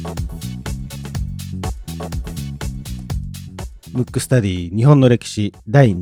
ムックスタディ日本の歴史第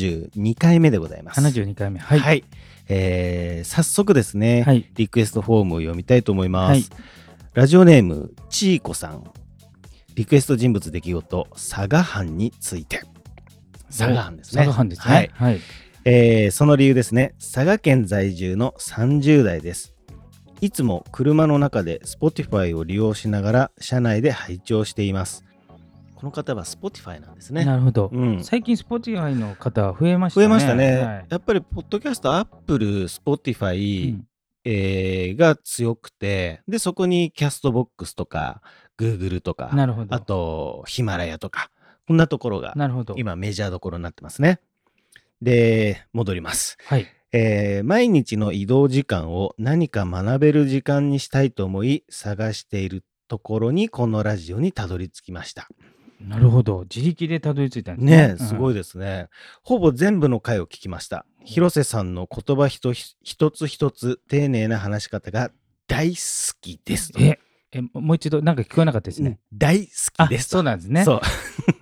72回目でございます。 72回目。はい。 はい。早速ですね、 はい。 リクエストフォームを読みたいと思います。 はい。 ラジオネームちーこさん。リクエスト人物出来事佐賀藩について。佐賀藩ですね。 佐賀藩ですね。 はい。 はい。 その理由ですね。佐賀県在住の30代です。いつも車の中で Spotify を利用しながら車内で拝聴しています。この方は Spotify なんですね。 なるほど。 うん、 最近 Spotify の方は増えましたね。 増えましたね。 はい、 やっぱりポッドキャスト、Apple、Spotify、が強くて、でそこにキャストボックスとか Google とか、 なるほど。 あとヒマラヤとか、こんなところが今メジャーどころになってますね。で、戻ります。 はい。 毎日の移動時間を何か学べる時間にしたいと思い探しているところにこのラジオにたどり着きました。 なるほど。自力でたどり着いたんですね。 ね、すごいですね。ほぼ全部の回を聞きました。広瀬さんの言葉一つ一つ丁寧な話し方が大好きですと。 もう一度なんか聞こえなかったですね。 大好きですと。 そうなんですね。 そう。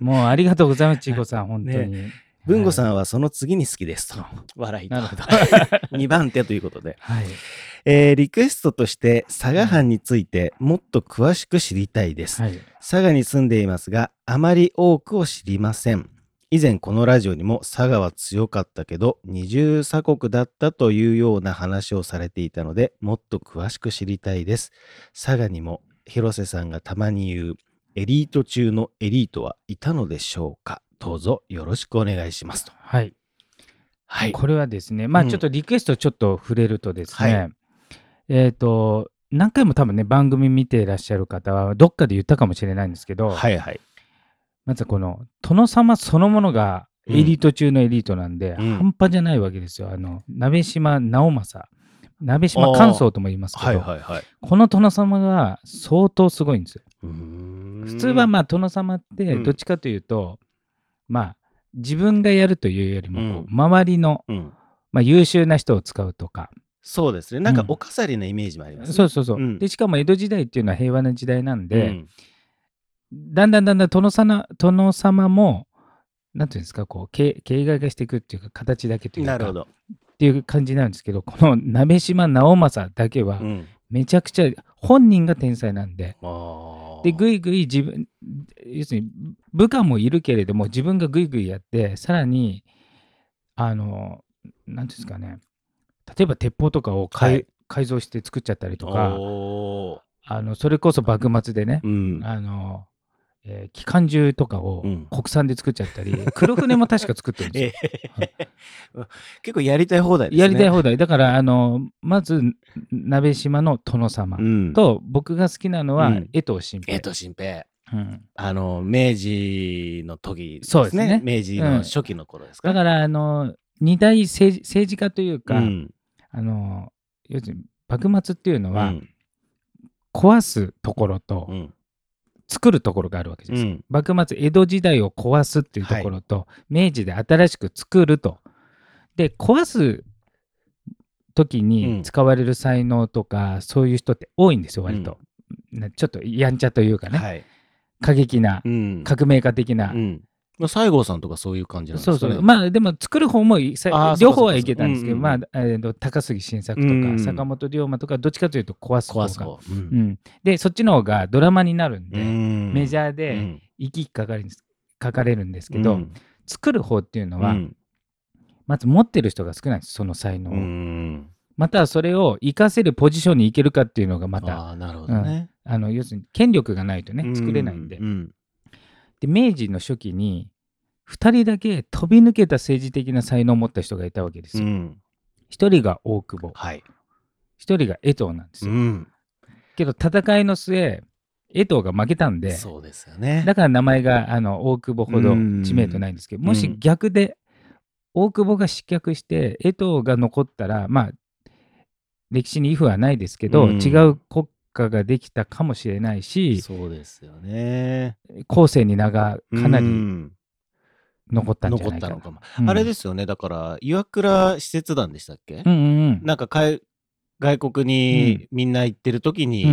もうありがとうございます、ちいこさん、本当に。 文吾さんはその次に好きですと。笑いと。 なるほど。 2番手ということで。 はい。 リクエストとして佐賀藩についてもっと詳しく知りたいです。 はい。 佐賀に住んでいますがあまり多くを知りません。以前このラジオにも佐賀は強かったけど二重鎖国だったというような話をされていたのでもっと詳しく知りたいです。佐賀にも広瀬さんがたまに言うエリート中のエリートはいたのでしょうか。どうぞよろしくお願いしますと。 はい。 はい。 これはですね、まあちょっとリクエストちょっと触れるとですね、何回も多分ね番組見ていらっしゃる方はどっかで言ったかもしれないんですけど、 はいはい。 まずこの殿様そのものがエリート中のエリートなんで、半端じゃないわけですよ。鍋島直政、鍋島寛宗とも言いますけど、この殿様が相当すごいんですよ。普通はまあ殿様ってどっちかというと、まあ自分がやるというよりも周りの、まあ、優秀な人を使うとか。 そうですね。なんかお飾りなイメージもありますね。 そうそうそう。でしかも江戸時代っていうのは平和な時代なんで、だんだん殿様もなんていうんですか、こう形骸化していくっていうか形だけというかなるほどっていう感じなんですけど、この鍋島直政だけはめちゃくちゃ本人が天才なんで、でぐいぐい自分、要するに部下もいるけれども自分がぐいぐいやってさらになんていうんですかね、例えば鉄砲とかを改造して作っちゃったりとか、それこそ幕末でね、機関銃とかを国産で作っちゃったり、黒船も確か作ってるんですよ。 結構やりたい放題ですね。 やりたい放題。だからまず鍋島の殿様と、僕が好きなのは江藤新平。 江藤新平。明治の時ですね。 そうですね。 明治の初期の頃ですか。 だから二大政治家というか、要するに幕末っていうのは、壊すところと、作るところがあるわけです。幕末江戸時代を壊すっていうところと、明治で新しく作ると。で壊す時に使われる才能とか、そういう人って多いんですよ割と。ちょっとやんちゃというかね、過激な、革命家的な。 西郷さんとかそういう感じなんですかね。 そうそう。まあでも作る方も両方はいけたんですけど、まあ高杉晋作とか坂本龍馬とかどっちかというと壊す方が。でそっちの方がドラマになるんで、メジャーで生き書かれるんですけど、作る方っていうのはまず持ってる人が少ないんです、その才能を。またそれを活かせるポジションに行けるかっていうのがまた、要するに権力がないとね作れないんで。で明治の初期に2人だけ飛び抜けた政治的な才能を持った人がいたわけですよ。1人が大久保、1人が江藤なんですよ。けど戦いの末江藤が負けたんで、 そうですよね。 だから名前が大久保ほど知名度ないんですけど、もし逆で大久保が失脚して江藤が残ったら、まあ歴史にイフはないですけど、違う国家ができたかもしれないし、 そうですよね。 後世に名がかなり残ったんじゃないかな。 あれですよね。だから岩倉使節団でしたっけ？なんか外国にみんな行ってる時に、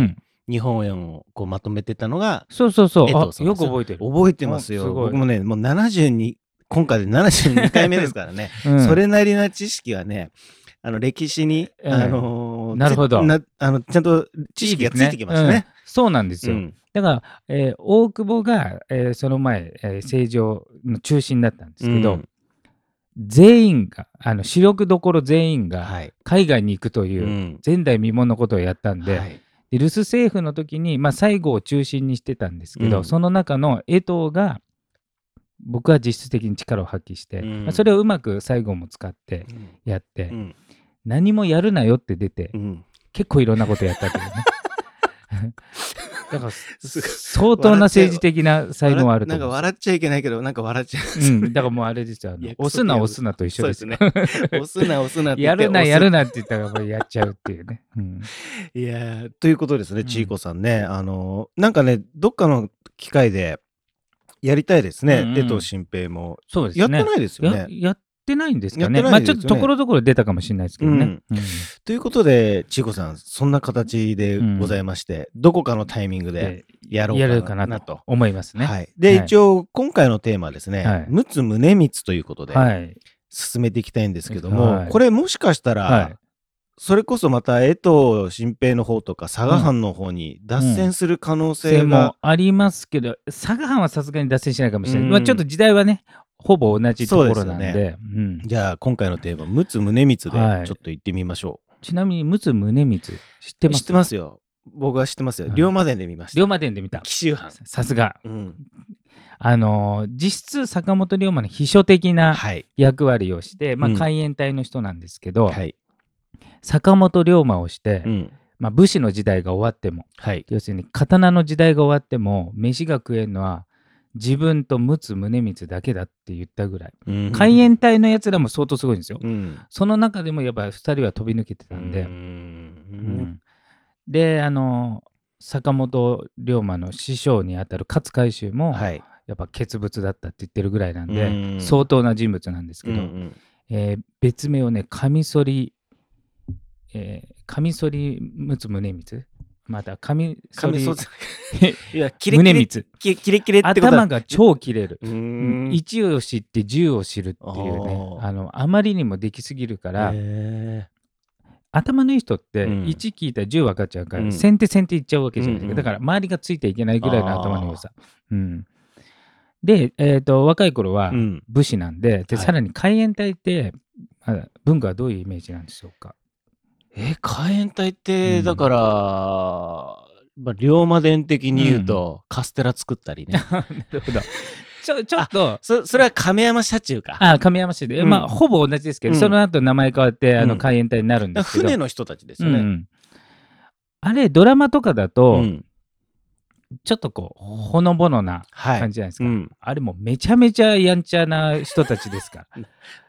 日本円をこうまとめてたのがそうそうそう。 江藤さんよく覚えてる。 覚えてますよ。僕もね、もう今回で72回目ですからね、それなりな知識はね、歴史に、 なるほど。 ちゃんと知識がついてきましたね。 そうなんですよ。だから、大久保が、その前、政治の中心だったんですけど、全員が主力どころ全員が海外に行くという前代未聞のことをやったんで、で留守政府の時に、最後を中心にしてたんですけど、その中の江藤が僕は実質的に力を発揮して、それをうまく最後も使ってやって、何もやるなよって出て、結構いろんなことやったけどね。だから相当な政治的な才能あると思う。 なんか笑っちゃいけないけど、なんか笑っちゃう。 だからもうあれですよ。押すな押すなと一緒ですね。 押すな押すなってやるなやるなって言ったらもうやっちゃうっていうね。 いやということですね、ちいこさんね。なんかね、どっかの機会でやりたいですね。江藤新平も。 そうですね。 やってないですよね。 やってないんですかね。ちょっとところどころ出たかもしれないですけどね。 ということで、ちいこさん、そんな形でございまして、どこかのタイミングでやろうかなと思いますね。 で、一応、今回のテーマはですね、陸奥宗光ということで、進めていきたいんですけども、これもしかしたら、それこそまた江藤新平の方とか佐賀藩の方に脱線する可能性もありますけど、佐賀藩はさすがに脱線しないかもしれない。ちょっと時代はね、ほぼ同じところなんで。 じゃあ今回のテーマ、陸奥宗光でちょっと行ってみましょう。 ちなみに陸奥宗光知ってます？ 知ってますよ。僕は知ってますよ。龍馬伝で見ました。 龍馬伝で見た。 紀州藩。 さすが。実質坂本龍馬の秘書的な役割をして、海援隊の人なんですけど、坂本龍馬をして、武士の時代が終わっても、要するに刀の時代が終わっても飯が食えるのは自分と陸奥宗光だけだって言ったぐらい、海援隊のやつらも相当すごいんですよ。その中でもやっぱ2人は飛び抜けてたんで、で坂本龍馬の師匠にあたる勝海舟も、やっぱ傑物だったって言ってるぐらいなんで、相当な人物なんですけど、別名をねカミソリ陸奥宗光、またカミソリ宗光、 キレキレってこと頭が超切れる。1を知って10を知るっていうね、あまりにもできすぎるから、頭のいい人って1聞いたら10分かっちゃうから、先手いっちゃうわけじゃないですか。だから周りがついていけないぐらいの頭の良さ。で、若い頃は武士なんで、さらに海援隊って文化はどういうイメージなんでしょうか？ 海援隊って、だから、龍馬伝的に言うと、カステラ作ったりね。 なるほど。ちょっとそれは亀山社中か。 亀山市で、ほぼ同じですけど、その後名前変わって海援隊になるんですけど、 船の人たちですよね。 あれドラマとかだと、ちょっとこうほのぼのな感じじゃないですか。あれもめちゃめちゃやんちゃな人たちですから。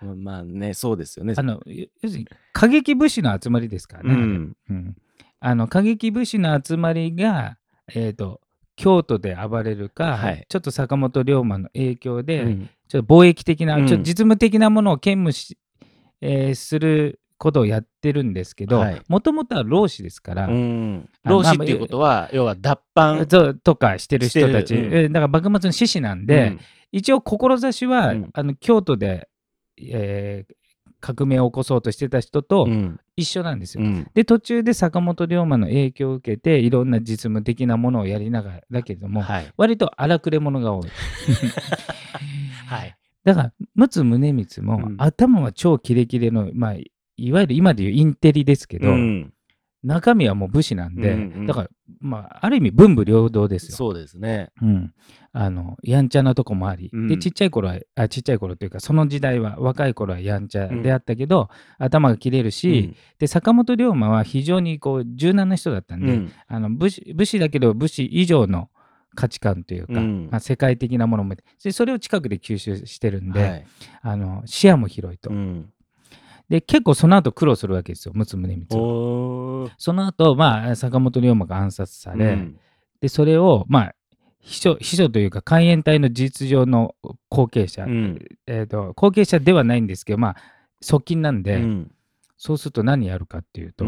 まあね、そうですよね。 要するに過激武士の集まりですからね。過激武士の集まりが京都で暴れるか、ちょっと坂本龍馬の影響で、ちょっと貿易的な、ちょっと実務的なものを兼務することをやってるんですけど、もともとは浪士ですから、 浪士っていうことは、要は脱藩とかしてる人たち、だから幕末の志士なんで、一応志は、京都で、革命を起こそうとしてた人と一緒なんですよ。で途中で坂本龍馬の影響を受けていろんな実務的なものをやりながらだけども、割と荒くれ者が多い。だから陸奥宗光も、頭は超キレキレの、いわゆる今でいうインテリですけど、中身はもう武士なんで、だからある意味文武両道ですよ。 そうですね。 やんちゃなとこもあり、でちっちゃい頃というかその時代は若い頃はやんちゃであったけど、頭が切れるし、で坂本龍馬は非常にこう柔軟な人だったんで、武士だけど武士以上の価値観というか、世界的なものもそれを近くで吸収してるんで、視野も広いと。で結構その後苦労するわけですよ、陸奥宗光は。その後、坂本龍馬が暗殺され、でそれを秘書というか海援隊の事実上の後継者、後継者ではないんですけど、側近なんで、そうすると何やるかっていうと、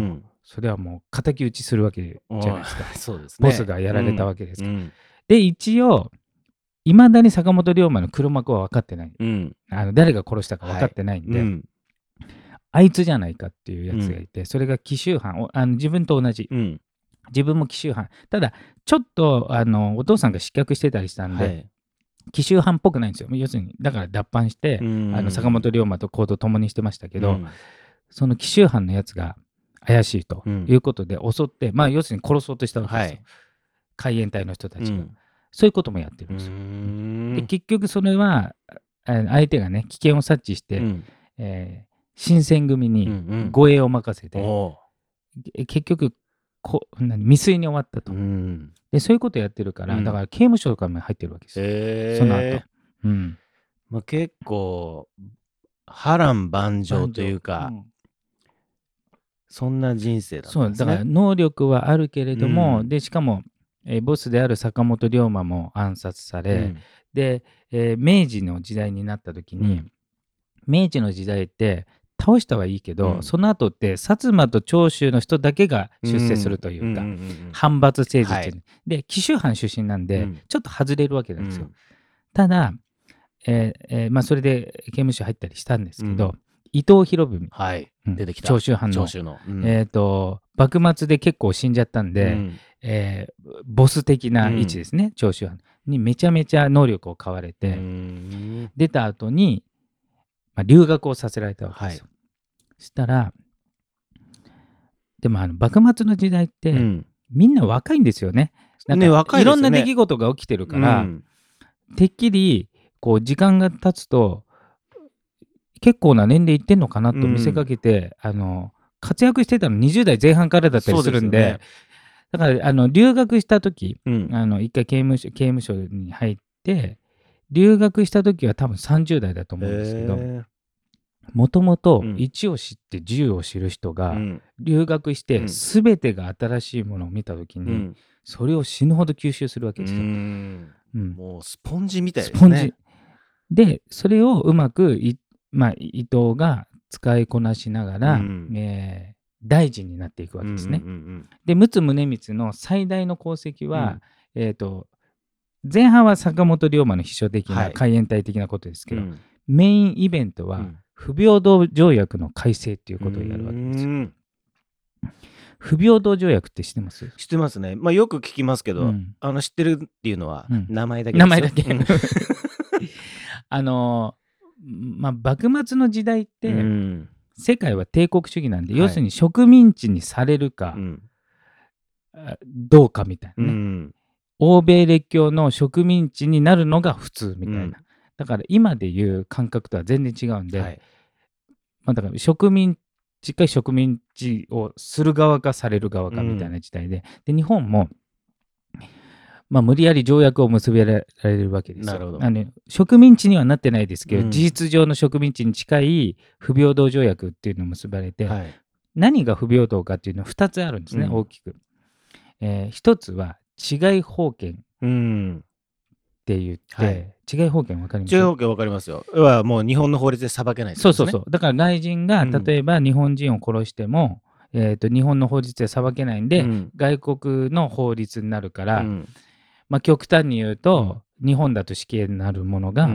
それはもう敵討ちするわけじゃないですか。 そうですね。 ボスがやられたわけですから。で、一応、いまだに坂本龍馬の黒幕は分かってない。誰が殺したか分かってないんで、あいつじゃないかっていうやつがいて、それが紀州藩、自分と同じ。自分も紀州藩。ただ、ちょっとお父さんが失脚してたりしたんで、紀州藩っぽくないんですよ。要するに、だから脱藩して、坂本龍馬と行動共にしてましたけど、その紀州藩のやつが怪しいということで襲って、要するに殺そうとしたわけですよ。海援隊の人たちが。そういうこともやってるんですよ。で、結局それは、相手がね、危険を察知して、新選組に護衛を任せて、結局未遂に終わったと。で、そういうことやってるから、だから刑務所とかも入ってるわけですよ。その後。 結構、波乱万丈というか、そんな人生だったんですね。 そう、だから能力はあるけれども、で、しかも、ボスである坂本龍馬も暗殺され、で、明治の時代になった時に、明治の時代って倒したはいいけど、その後って薩摩と長州の人だけが出世するというか、藩閥政治っていう、で紀州藩出身なんで、ちょっと外れるわけなんですよ。ただ、それで刑務所入ったりしたんですけど、伊藤博文、 出てきた長州藩の、幕末で結構死んじゃったんで、ボス的な位置ですね、長州藩にめちゃめちゃ能力を買われて、出た後に、留学をさせられたわけですよ。そしたら、でも幕末の時代って、みんな若いんですよね。なんかいろんな出来事が起きてるから、てっきりこう時間が経つと結構な年齢いってんのかなと見せかけて、活躍してたの20代前半からだったりするんで、だから留学した時、一回刑務所に入って留学した時は多分30代だと思うんですけど、もともと1を知って10を知る人が留学して全てが新しいものを見た時に、それを死ぬほど吸収するわけですよ。 もうスポンジみたいですね。スポンジで、それをうまく伊藤が使いこなしながら、大臣になっていくわけですね。で、陸奥宗光の最大の功績は、前半は坂本龍馬の秘書的な海援隊的なことですけど、メインイベントは不平等条約の改正っていうことをやるわけですよ。不平等条約って知ってます？ 知ってますね。よく聞きますけど、知ってるっていうのは名前だけですよ。名前だけ。幕末の時代って、世界は帝国主義なんで、要するに植民地にされるか、どうかみたいなね。欧米列強の植民地になるのが普通みたいな。だから今でいう感覚とは全然違うんで、だから植民地か植民地をする側かされる側かみたいな時代で、日本も無理やり条約を結べられるわけですよ。なるほど。植民地にはなってないですけど、事実上の植民地に近い不平等条約っていうのを結ばれて、何が不平等かっていうのは2つあるんですね、大きく。1つは治外法権って言って、治外法権分かります？ 治外法権分かりますよ。はもう日本の法律で裁けないですね。 そう。だから外人が例えば日本人を殺しても、日本の法律で裁けないんで、外国の法律になるから、極端に言うと、日本だと死刑になるものが、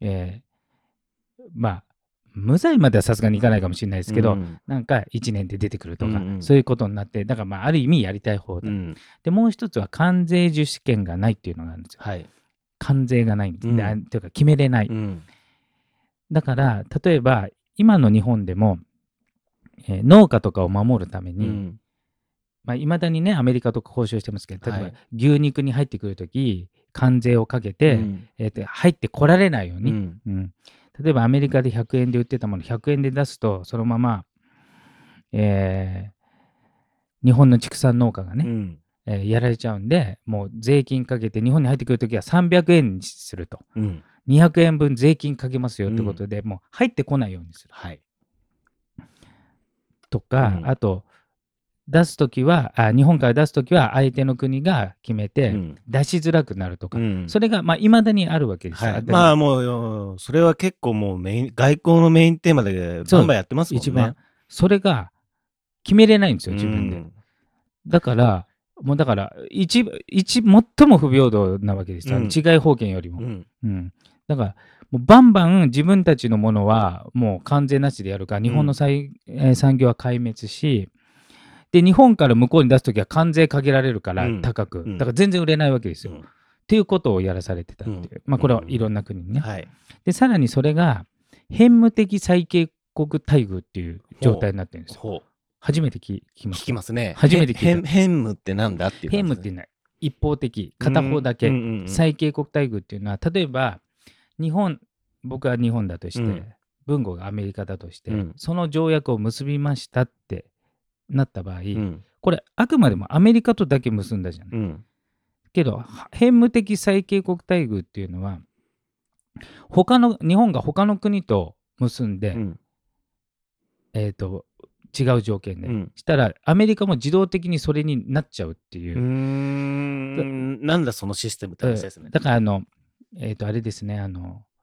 無罪まではさすがにいかないかもしれないですけど、なんか1年で出てくるとか、そういうことになって、だからある意味やりたい方だ。で、もう一つは関税自主権がないっていうのがあるんですよ。関税がないんです。というか決めれない。だから、例えば、今の日本でも、農家とかを守るために、いまだにね、アメリカとか交渉してますけど、例えば牛肉に入ってくるとき、関税をかけて、入ってこられないように、例えばアメリカで100円で売ってたもの100円で出すと、そのまま、日本の畜産農家がね、やられちゃうんで、もう税金かけて、日本に入ってくるときは300円にすると、200円分税金かけますよってことで、もう入ってこないようにする。とか、あと、出すときは日本から出すときは相手の国が決めて出しづらくなるとか、それがいまだにあるわけですよ。 もうそれは結構もう外交のメインテーマでバンバンやってますもんね。 一番それが決めれないんですよ、自分で。だから、もうだから、最も不平等なわけですよ。治外法権よりも。だから、もうバンバン自分たちのものはもう関税なしでやるから、日本の産業は壊滅し、で、日本から向こうに出すときは関税かけられるから高く、だから全然売れないわけですよ。っていうことをやらされてたっていう。これはいろんな国にね。で、さらにそれが、偏無的最恵国待遇っていう状態になってるんですよ。初めて聞きます。 聞きますね。 初めて聞いた。 偏無ってなんだっていう。 偏無っていうのは一方的、片方だけ。最恵国待遇っていうのは、例えば、僕は日本だとして、文語がアメリカだとして、その条約を結びましたってなった場合、これあくまでもアメリカとだけ結んだじゃない。けど、偏無的最恵国待遇っていうのは、日本が他の国と結んで、違う条件で、したらアメリカも自動的にそれになっちゃうっていう。 なんだそのシステムって話ですね。 だからあれですね、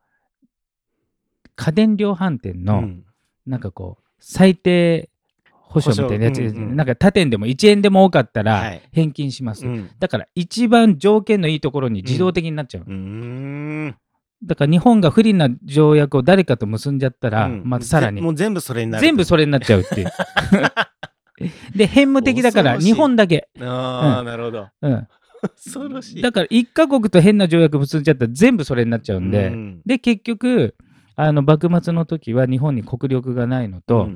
家電量販店の、なんかこう最低保証みたいなやつ、なんか他店でも1円でも多かったら返金します。だから一番条件のいいところに自動的になっちゃう。だから日本が不利な条約を誰かと結んじゃったら、またさらにもう全部それになる。 全部それになっちゃうっていう。で、偏無的だから日本だけ。 ああ、なるほど。恐ろしい。 だから1カ国と変な条約結んじゃったら全部それになっちゃうんで、で、結局、幕末の時は日本に国力がないのと、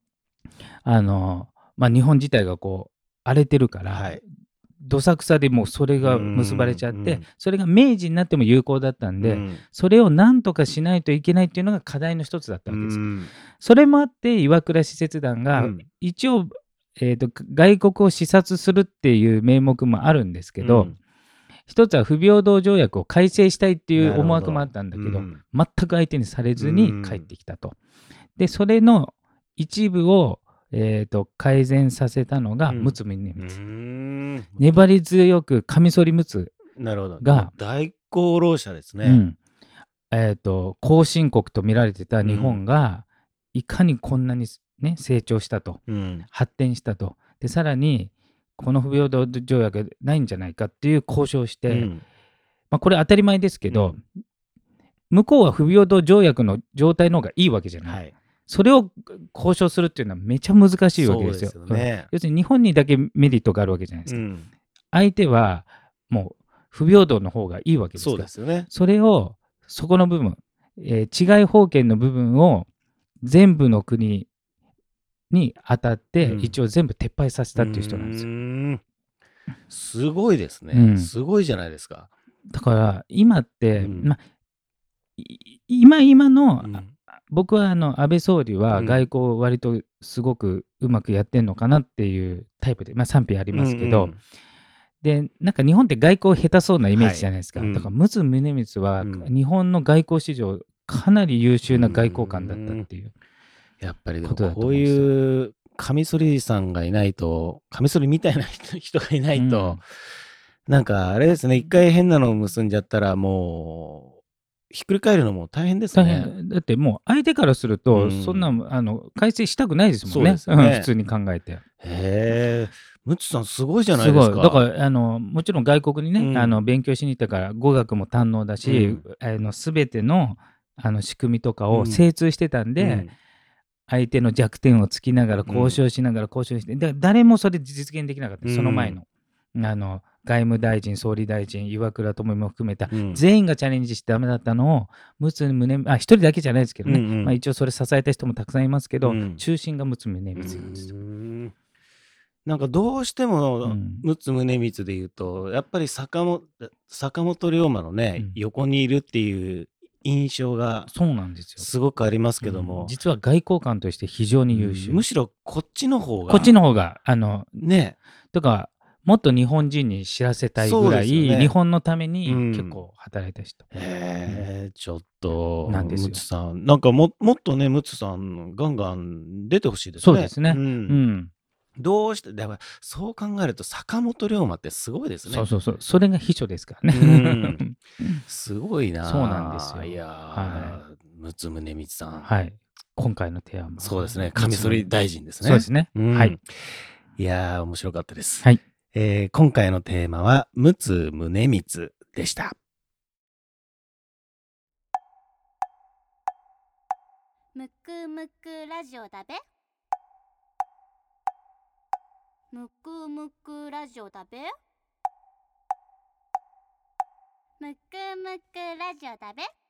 日本自体がこう荒れてるから、どさくさでもうそれが結ばれちゃって、それが明治になっても有効だったんで、それをなんとかしないといけないっていうのが課題の一つだったわけです。それもあって岩倉使節団が一応、外国を視察するっていう名目もあるんですけど、一つは不平等条約を改正したいっていう思惑もあったんだけど、全く相手にされずに帰ってきたと。で、それの一部を改善させたのが陸奥宗光。粘り強くカミソリ陸奥が大功労者ですね。 後進国と見られてた日本がいかにこんなに、ね、成長したと、発展したと。でさらにこの不平等条約ないんじゃないかっていう交渉をして、これ当たり前ですけど、向こうは不平等条約の状態の方がいいわけじゃない。それを交渉するっていうのはめちゃ難しいわけですよ。 そうですよね。 要するに日本にだけメリットがあるわけじゃないですか。相手はもう不平等の方がいいわけですから。 そうですよね。 それをそこの部分、治外法権の部分を全部の国に当たって一応全部撤廃させたっていう人なんですよ。 すごいですね。すごいじゃないですか。 だから今って、今の、僕は安倍総理は外交を割とすごくうまくやってんのかなっていうタイプで、賛否ありますけど、でなんか日本って外交下手そうなイメージじゃないですか。だから陸奥宗光は日本の外交史上かなり優秀な外交官だったっていう。 やっぱりこういうカミソリさんがいないと、カミソリみたいな人がいないと、なんかあれですね、一回変なのを結んじゃったらもうひっくり返るのも大変ですね。 だってもう相手からすると、そんな改正したくないですもんね。普通に考えて。 へえ、陸奥さんすごいじゃないですか。 だからもちろん外国にね、勉強しに行ったから語学も堪能だし、全ての仕組みとかを精通してたんで、相手の弱点を突きながら交渉しながら交渉して、で誰もそれ実現できなかった。その前の外務大臣、総理大臣、岩倉具視も含めた、全員がチャレンジしてダメだったのを陸奥宗光、一人だけじゃないですけどね、一応それ支えた人もたくさんいますけど、中心が陸奥宗光なんですよ。 なんかどうしても陸奥宗光でいうと、やっぱり坂本龍馬のね、横にいるっていう印象がすごくありますけども、 実は外交官として非常に優秀。 むしろこっちの方がね、とかもっと日本人に知らせたいぐらい、日本のために結構働いた人。 ちょっと陸奥さんなんかもっとね、陸奥さんガンガン出てほしいですね。 そうですね。 どうしてだからそう考えると坂本龍馬ってすごいですね。 それが秘書ですからね。 すごいな。 そうなんですよ。 いや陸奥宗光さん。 今回のテーマ。 そうですね。カミソリ大臣ですね。 そうですね。はい。 いやー、面白かったです。 はい。 今回のテーマは、陸奥宗光でした。 むくむくラジオだべ。むくむくラジオだべ。むくむくラジオだべ。